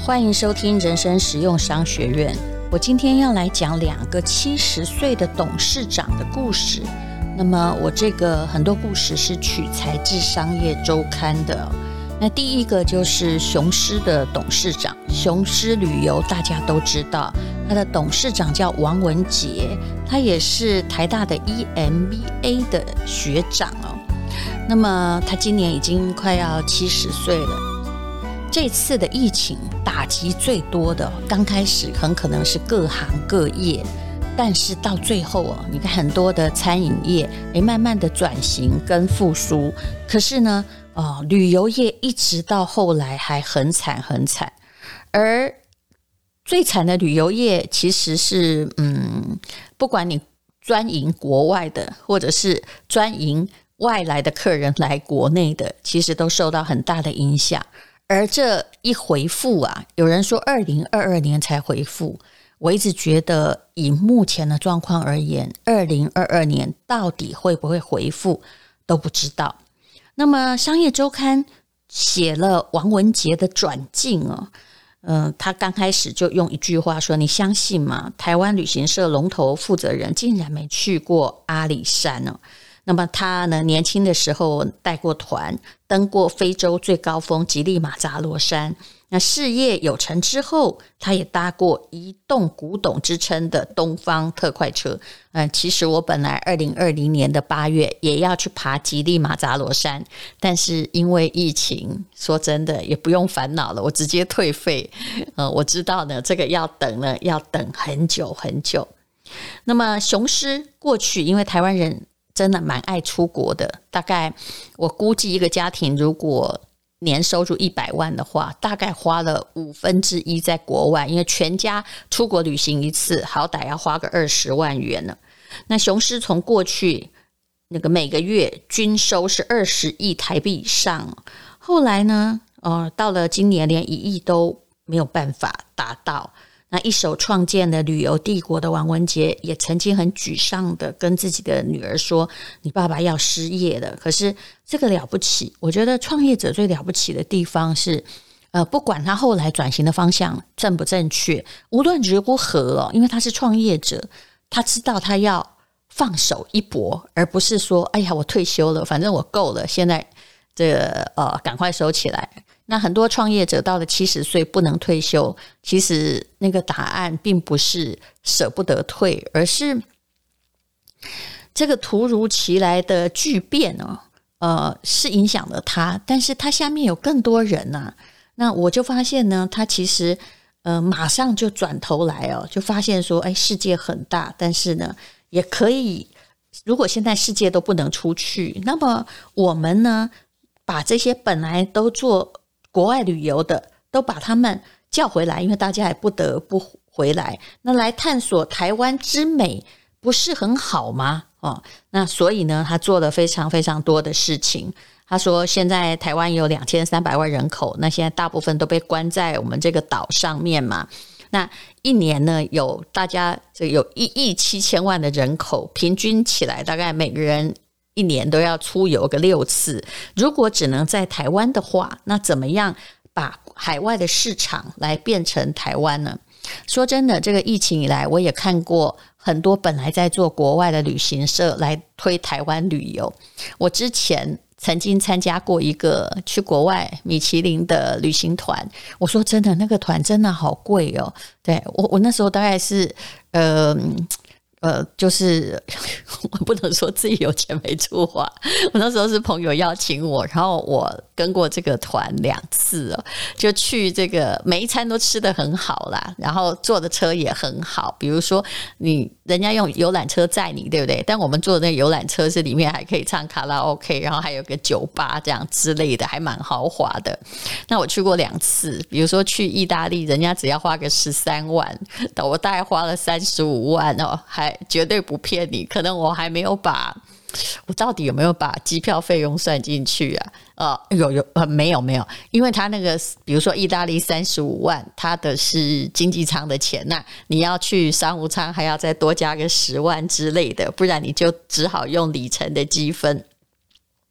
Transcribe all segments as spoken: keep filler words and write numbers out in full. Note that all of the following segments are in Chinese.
欢迎收听人生实用商学院。我今天要来讲两个七十岁的董事长的故事。那么我这个很多故事是取材自商业周刊的。那第一个就是雄狮的董事长，雄狮旅游大家都知道，他的董事长叫王文杰，他也是台大的 E M B A 的学长哦。那么他今年已经快要七十岁了。这次的疫情打击最多的，刚开始很可能是各行各业，但是到最后哦，你看很多的餐饮业诶慢慢的转型跟复苏，可是呢哦，旅游业一直到后来还很惨很惨。而最惨的旅游业其实是嗯，不管你专营国外的或者是专营外来的客人来国内的，其实都受到很大的影响。而这一回复啊，有人说二零二二年才回复，我一直觉得以目前的状况而言，二零二二年到底会不会回复都不知道。那么商业周刊写了王文杰的转进哦，呃，他刚开始就用一句话说，你相信吗？台湾旅行社龙头负责人竟然没去过阿里山哦。那么他呢，年轻的时候带过团，登过非洲最高峰吉利马扎罗山。那事业有成之后，他也搭过移动古董之称的东方特快车。嗯，其实我本来二零二零年的八月也要去爬吉利马扎罗山，但是因为疫情，说真的也不用烦恼了，我直接退费。呃，我知道呢，这个要等呢，要等很久很久。那么雄狮过去，因为台湾人真的蛮爱出国的，大概我估计一个家庭如果年收入一百万的话，大概花了五分之一在国外，因为全家出国旅行一次，好歹要花个二十万元呢。那雄狮从过去那个每个月均收是二十亿台币以上，后来呢，呃，到了今年连一亿都没有办法达到。那一手创建的旅游帝国的王文杰也曾经很沮丧的跟自己的女儿说，你爸爸要失业了。可是这个了不起，我觉得创业者最了不起的地方是呃，不管他后来转型的方向正不正确，无论如何哦，因为他是创业者，他知道他要放手一搏，而不是说哎呀我退休了，反正我够了，现在这个呃赶快收起来。那很多创业者到了七十岁不能退休，其实那个答案并不是舍不得退，而是这个突如其来的巨变哦，呃，是影响了他，但是他下面有更多人啊。那我就发现呢，他其实呃马上就转头来哦，就发现说，哎，世界很大，但是呢，也可以，如果现在世界都不能出去，那么我们呢，把这些本来都做国外旅游的都把他们叫回来，因为大家也不得不回来，那来探索台湾之美不是很好吗？哦，那所以呢他做了非常非常多的事情。他说现在台湾有两千三百万人口，那现在大部分都被关在我们这个岛上面嘛，那一年呢有大家有一亿七千万的人口，平均起来大概每个人一年都要出游个六次。如果只能在台湾的话，那怎么样把海外的市场来变成台湾呢？说真的，这个疫情以来，我也看过很多本来在做国外的旅行社来推台湾旅游。我之前曾经参加过一个去国外米其林的旅行团，我说真的，那个团真的好贵哦。对，我我那时候大概是呃呃，就是我不能说自己有钱没处花，我那时候是朋友邀请我，然后我跟过这个团两次哦，就去这个每一餐都吃得很好啦，然后坐的车也很好，比如说你人家用游览车载你，对不对？但我们坐的那个游览车是里面还可以唱卡拉 OK， 然后还有个酒吧这样之类的，还蛮豪华的。那我去过两次，比如说去意大利，人家只要花个十三万，我大概花了三十五万哦，还绝对不骗你，可能我还没有把我到底有没有把机票费用算进去啊？呃，有有呃没有没有，因为他那个比如说意大利三十五万，他的是经济舱的钱，那你要去商务舱还要再多加个十万之类的，不然你就只好用里程的积分。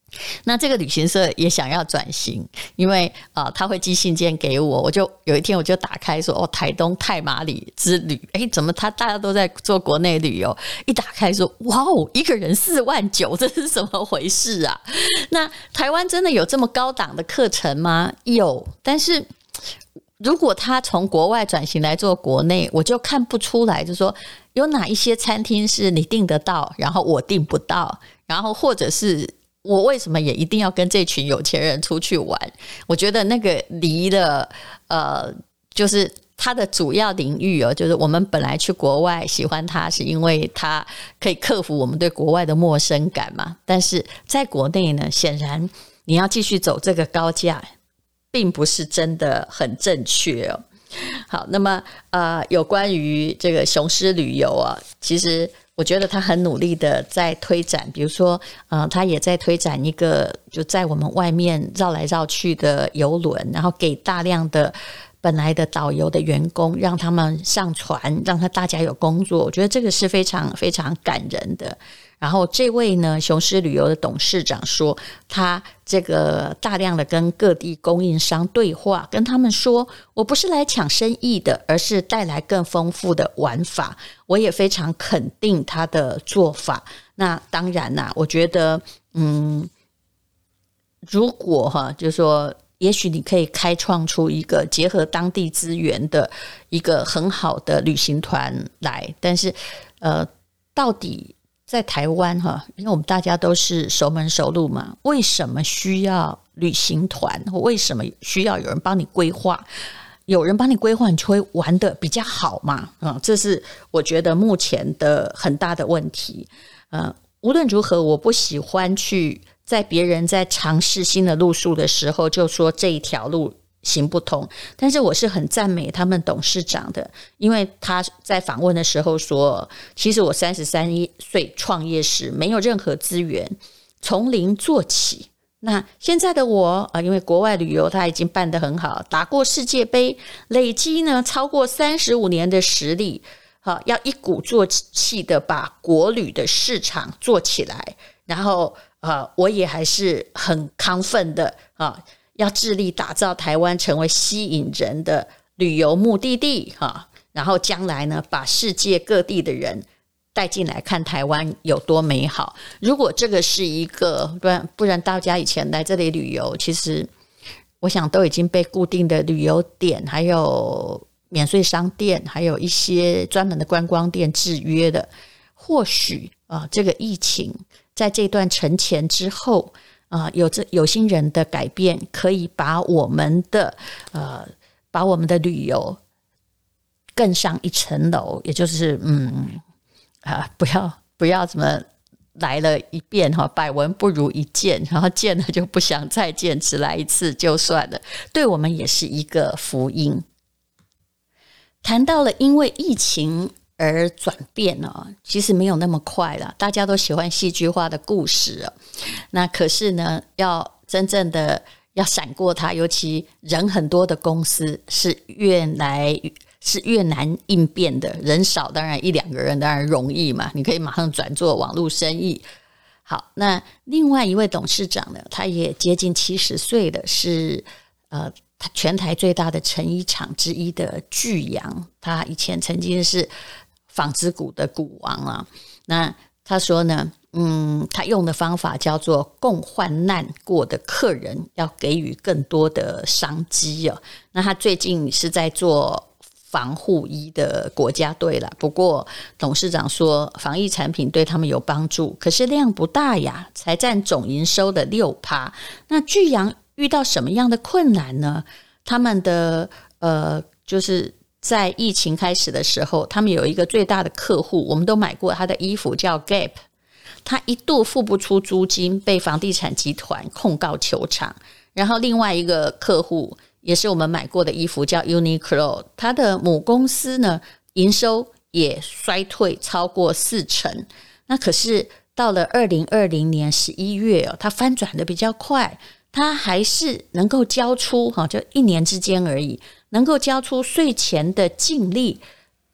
那这个旅行社也想要转型，因为呃他会寄信件给我，我就有一天我就打开说哦台东太麻里之旅，哎怎么他大家都在做国内旅游，一打开说哇哦一个人四万九，这是怎么回事啊？那台湾真的有这么高档的课程吗？有，但是如果他从国外转型来做国内，我就看不出来，就是说有哪一些餐厅是你订得到，然后我订不到，然后或者是我为什么也一定要跟这群有钱人出去玩？我觉得那个离了呃，就是它的主要领域哦，就是我们本来去国外喜欢它，是因为它可以克服我们对国外的陌生感嘛。但是在国内呢，显然你要继续走这个高架，并不是真的很正确哦。好，那么呃，有关于这个雄狮旅游啊，其实我觉得他很努力的在推展，比如说呃，他也在推展一个就在我们外面绕来绕去的邮轮，然后给大量的本来的导游的员工让他们上船，让他大家有工作，我觉得这个是非常非常感人的。然后这位呢雄狮旅游的董事长说，他这个大量的跟各地供应商对话，跟他们说我不是来抢生意的，而是带来更丰富的玩法。我也非常肯定他的做法。那当然啦，我觉得嗯，如果哈，就是说也许你可以开创出一个结合当地资源的一个很好的旅行团来，但是呃，到底在台湾哈，因为我们大家都是熟门熟路嘛，为什么需要旅行团？为什么需要有人帮你规划？有人帮你规划，你就会玩得比较好嘛？嗯，这是我觉得目前的很大的问题。呃，无论如何，我不喜欢去在别人在尝试新的路数的时候就说这一条路行不通，但是我是很赞美他们董事长的，因为他在访问的时候说，其实我三十三岁创业时没有任何资源，从零做起。那现在的我、呃、因为国外旅游他已经办得很好，打过世界杯，累积呢超过三十五年的实力、啊、要一鼓作气的把国旅的市场做起来，然后、呃、我也还是很亢奋的、啊要致力打造台湾成为吸引人的旅游目的地，然后将来呢，把世界各地的人带进来看台湾有多美好。如果这个是一个，不然不然大家以前来这里旅游，其实我想都已经被固定的旅游点，还有免税商店，还有一些专门的观光店制约的。或许啊、呃，这个疫情在这段沉潜之后。呃、有这有心人的改变，可以把我们的呃，把我们的旅游更上一层楼，也就是嗯啊、呃，不要不要怎么来了一遍哈，百闻不如一见，然后见了就不想再见，只来一次就算了，对我们也是一个福音。谈到了因为疫情而转变哦，其实没有那么快了。大家都喜欢戏剧化的故事哦，那可是呢，要真正的要闪过它，尤其人很多的公司是越来是越难应变的。人少当然一两个人当然容易嘛，你可以马上转做网络生意。好，那另外一位董事长呢，他也接近七十岁了，是呃。全台最大的成衣厂之一的巨阳，他以前曾经是纺织股的股王啊。那他说呢，嗯，他用的方法叫做共患难过的客人要给予更多的商机哦。那他最近是在做防护衣的国家队了，不过董事长说防疫产品对他们有帮助，可是量不大呀，才占总营收的 百分之六。 那巨阳遇到什么样的困难呢？他们的呃，就是在疫情开始的时候，他们有一个最大的客户，我们都买过他的衣服，叫 Gap， 他一度付不出租金，被房地产集团控告求偿。然后另外一个客户也是我们买过的衣服，叫 Uniqlo， 他的母公司呢，营收也衰退超过四成。那可是到了二零二零年十一月哦，它翻转的比较快。他还是能够交出就一年之间而已，能够交出税前的净利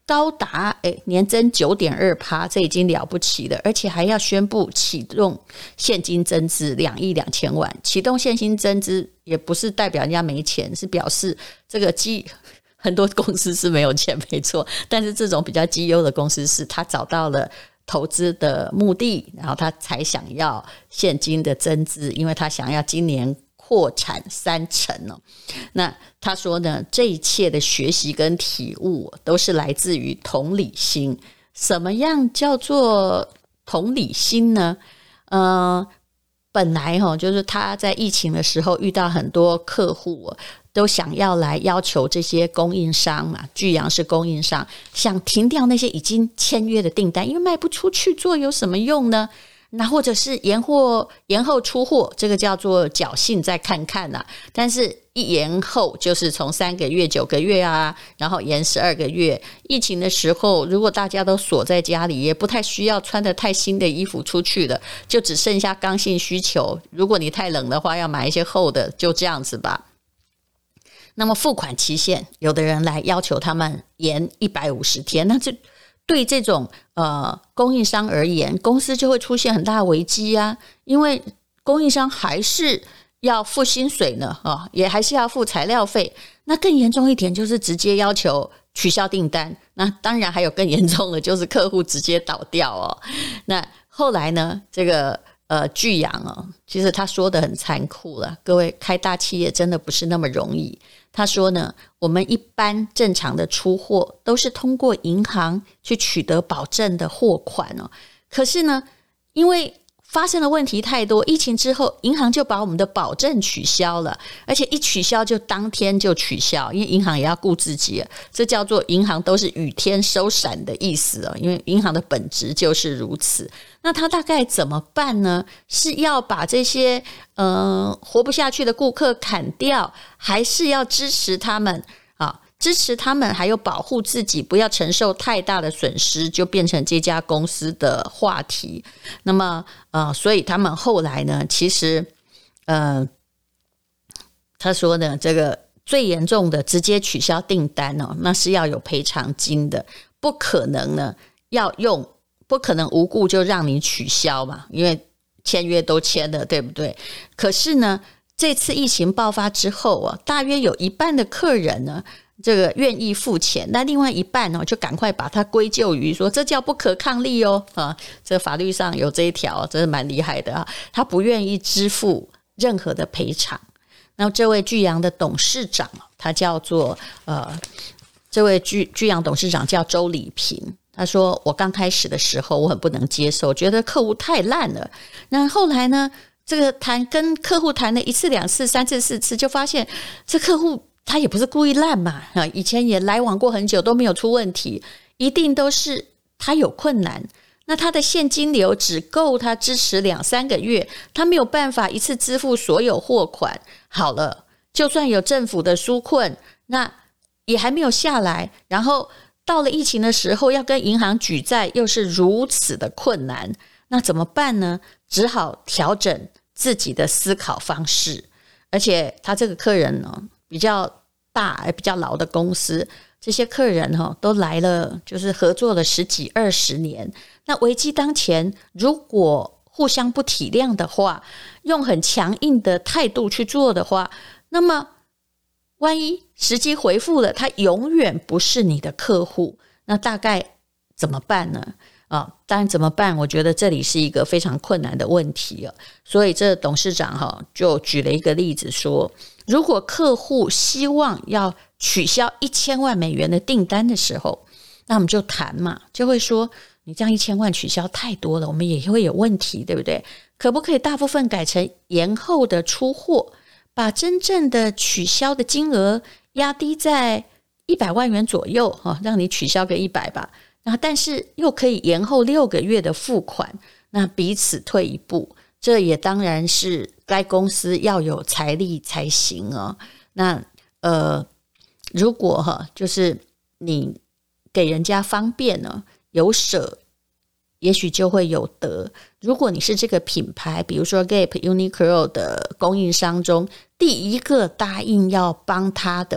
高达诶年增 百分之九点二， 这已经了不起了，而且还要宣布启动现金增资两亿两千万。启动现金增资也不是代表人家没钱，是表示这个基很多公司是没有钱没错，但是这种比较绩优的公司是他找到了投资的目的，然后他才想要现金的增资，因为他想要今年扩产三成哦。那他说呢，这一切的学习跟体悟都是来自于同理心。什么样叫做同理心呢？呃，本来齁，就是他在疫情的时候遇到很多客户都想要来要求这些供应商嘛，巨阳是供应商，想停掉那些已经签约的订单，因为卖不出去做有什么用呢？那或者是延货延后出货，这个叫做侥幸再看看啦、啊。但是一延后就是从三个月九个月啊，然后延十二个月。疫情的时候如果大家都锁在家里，也不太需要穿得太新的衣服出去了，就只剩下刚性需求，如果你太冷的话要买一些厚的，就这样子吧。那么付款期限，有的人来要求他们延一百五十天，那就对这种呃供应商而言，公司就会出现很大的危机啊，因为供应商还是要付薪水呢，哦，也还是要付材料费。那更严重一点就是直接要求取消订单，那当然还有更严重的就是客户直接倒掉哦。那后来呢，这个呃巨阳哦，其实他说的很残酷了，各位开大企业真的不是那么容易。他说呢，我们一般正常的出货都是通过银行去取得保证的货款哦。可是呢，因为发生的问题太多，疫情之后银行就把我们的保证取消了，而且一取消就当天就取消，因为银行也要顾自己，这叫做银行都是雨天收伞的意思哦，因为银行的本质就是如此。那他大概怎么办呢？是要把这些呃活不下去的顾客砍掉，还是要支持他们啊？支持他们还有保护自己不要承受太大的损失，就变成这家公司的话题。那么呃，所以他们后来呢，其实呃他说呢，这个最严重的直接取消订单哦，那是要有赔偿金的，不可能呢要用不可能无故就让你取消嘛，因为签约都签了，对不对？可是呢，这次疫情爆发之后啊，大约有一半的客人呢，这个愿意付钱，那另外一半呢，就赶快把它归咎于说这叫不可抗力哦啊，这法律上有这一条，这是蛮厉害的啊，他不愿意支付任何的赔偿。那这位巨阳的董事长，他叫做呃，这位巨巨阳董事长叫周礼平。他说我刚开始的时候我很不能接受，觉得客户太烂了，那后来呢，这个谈跟客户谈了一次两次三次四次，就发现这客户他也不是故意烂嘛，以前也来往过很久都没有出问题，一定都是他有困难，那他的现金流只够他支持两三个月，他没有办法一次支付所有货款。好了，就算有政府的纾困，那也还没有下来，然后到了疫情的时候要跟银行举债又是如此的困难，那怎么办呢？只好调整自己的思考方式。而且他这个客人呢，比较大比较老的公司，这些客人都来了，就是合作了十几二十年。那危机当前，如果互相不体谅的话，用很强硬的态度去做的话，那么万一时机回复了，他永远不是你的客户，那大概怎么办呢？啊，当然怎么办？我觉得这里是一个非常困难的问题了。所以这董事长哈就举了一个例子说，如果客户希望要取消一千万美元的订单的时候，那我们就谈嘛，就会说你这样一千万取消太多了，我们也会有问题，对不对？可不可以大部分改成延后的出货？把真正的取消的金额压低在一百万元左右，让你取消个一百吧，但是又可以延后六个月的付款，那彼此退一步，这也当然是该公司要有财力才行哦。那呃，如果哈，就是你给人家方便呢，有舍也许就会有得。如果你是这个品牌，比如说 Gap、Uniqlo 的供应商中第一个答应要帮他的，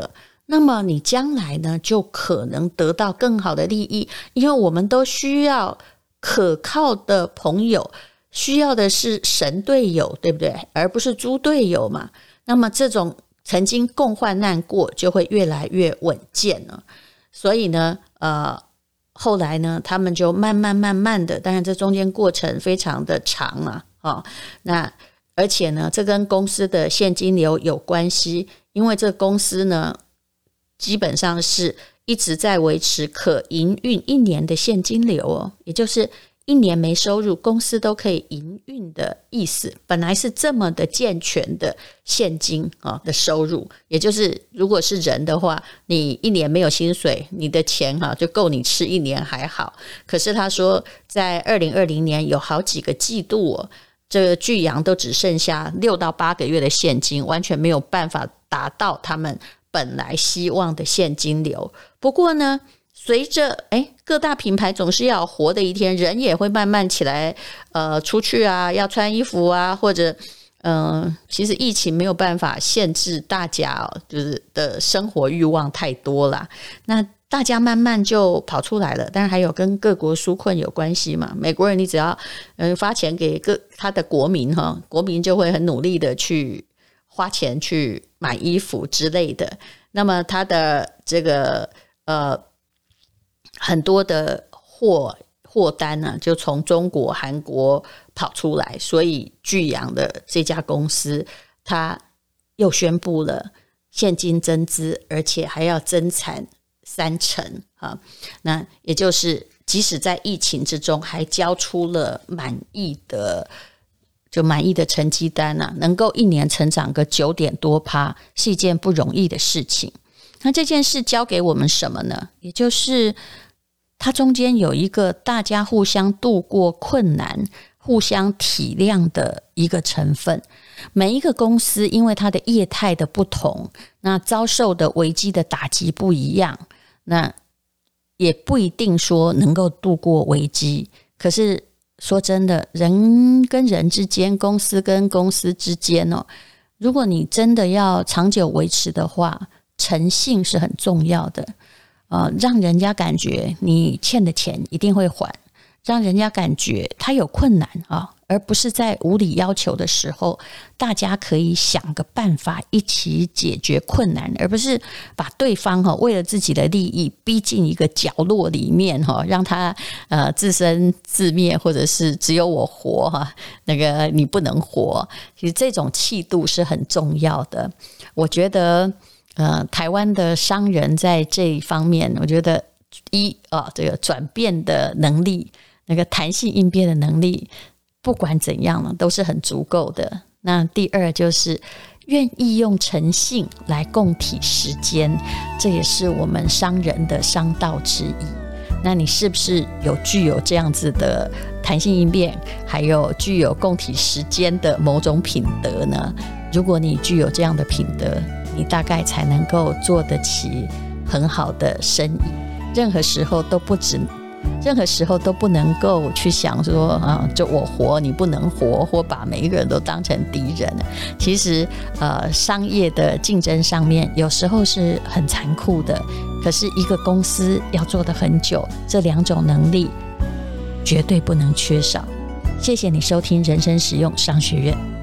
那么你将来呢就可能得到更好的利益，因为我们都需要可靠的朋友，需要的是神队友，对不对？而不是猪队友嘛。那么这种曾经共患难过就会越来越稳健了。所以呢呃后来呢他们就慢慢慢慢的，当然这中间过程非常的长啊、哦、那而且呢这跟公司的现金流有关系，因为这公司呢基本上是一直在维持可营运一年的现金流哦，也就是一年没收入公司都可以营运的意思。本来是这么的健全的现金的收入，也就是如果是人的话，你一年没有薪水，你的钱就够你吃一年还好。可是他说在二零二零年有好几个季度哦，这个巨阳都只剩下六到八个月的现金，完全没有办法达到他们本来希望的现金流。不过呢随着诶各大品牌总是要活的一天，人也会慢慢起来呃，出去啊，要穿衣服啊，或者嗯、呃，其实疫情没有办法限制大家、哦、就是的生活欲望太多啦，那大家慢慢就跑出来了。当然还有跟各国纾困有关系嘛，美国人你只要、呃、发钱给各他的国民哈，国民就会很努力的去花钱去买衣服之类的。那么他的这个呃很多的货货单呢、啊，就从中国、韩国跑出来，所以巨阳的这家公司，它又宣布了现金增资，而且还要增产三成啊。那也就是即使在疫情之中，还交出了满意的就满意的成绩单啊，能够一年成长个九点多趴，是一件不容易的事情。那这件事教给我们什么呢？也就是它中间有一个大家互相度过困难、互相体谅的一个成分。每一个公司因为它的业态的不同，那遭受的危机的打击不一样，那也不一定说能够度过危机。可是说真的，人跟人之间，公司跟公司之间哦，如果你真的要长久维持的话，诚信是很重要的。呃，让人家感觉你欠的钱一定会还，让人家感觉他有困难啊，而不是在无理要求的时候，大家可以想个办法一起解决困难，而不是把对方、啊、为了自己的利益逼进一个角落里面、啊、让他呃自生自灭，或者是只有我活、啊、那个你不能活。其实这种气度是很重要的。我觉得呃，台湾的商人在这一方面，我觉得一啊，这个转变的能力，那个弹性应变的能力，不管怎样呢，都是很足够的。那第二就是愿意用诚信来共体时间，这也是我们商人的商道之一。那你是不是有具有这样子的弹性应变，还有具有共体时间的某种品德呢？如果你具有这样的品德，你大概才能够做得起很好的生意。任何时候都不止，任何时候都不能够去想说啊，就我活你不能活，或把每一个人都当成敌人。其实呃，商业的竞争上面有时候是很残酷的，可是一个公司要做得很久，这两种能力绝对不能缺少。谢谢你收听人生实用商学院。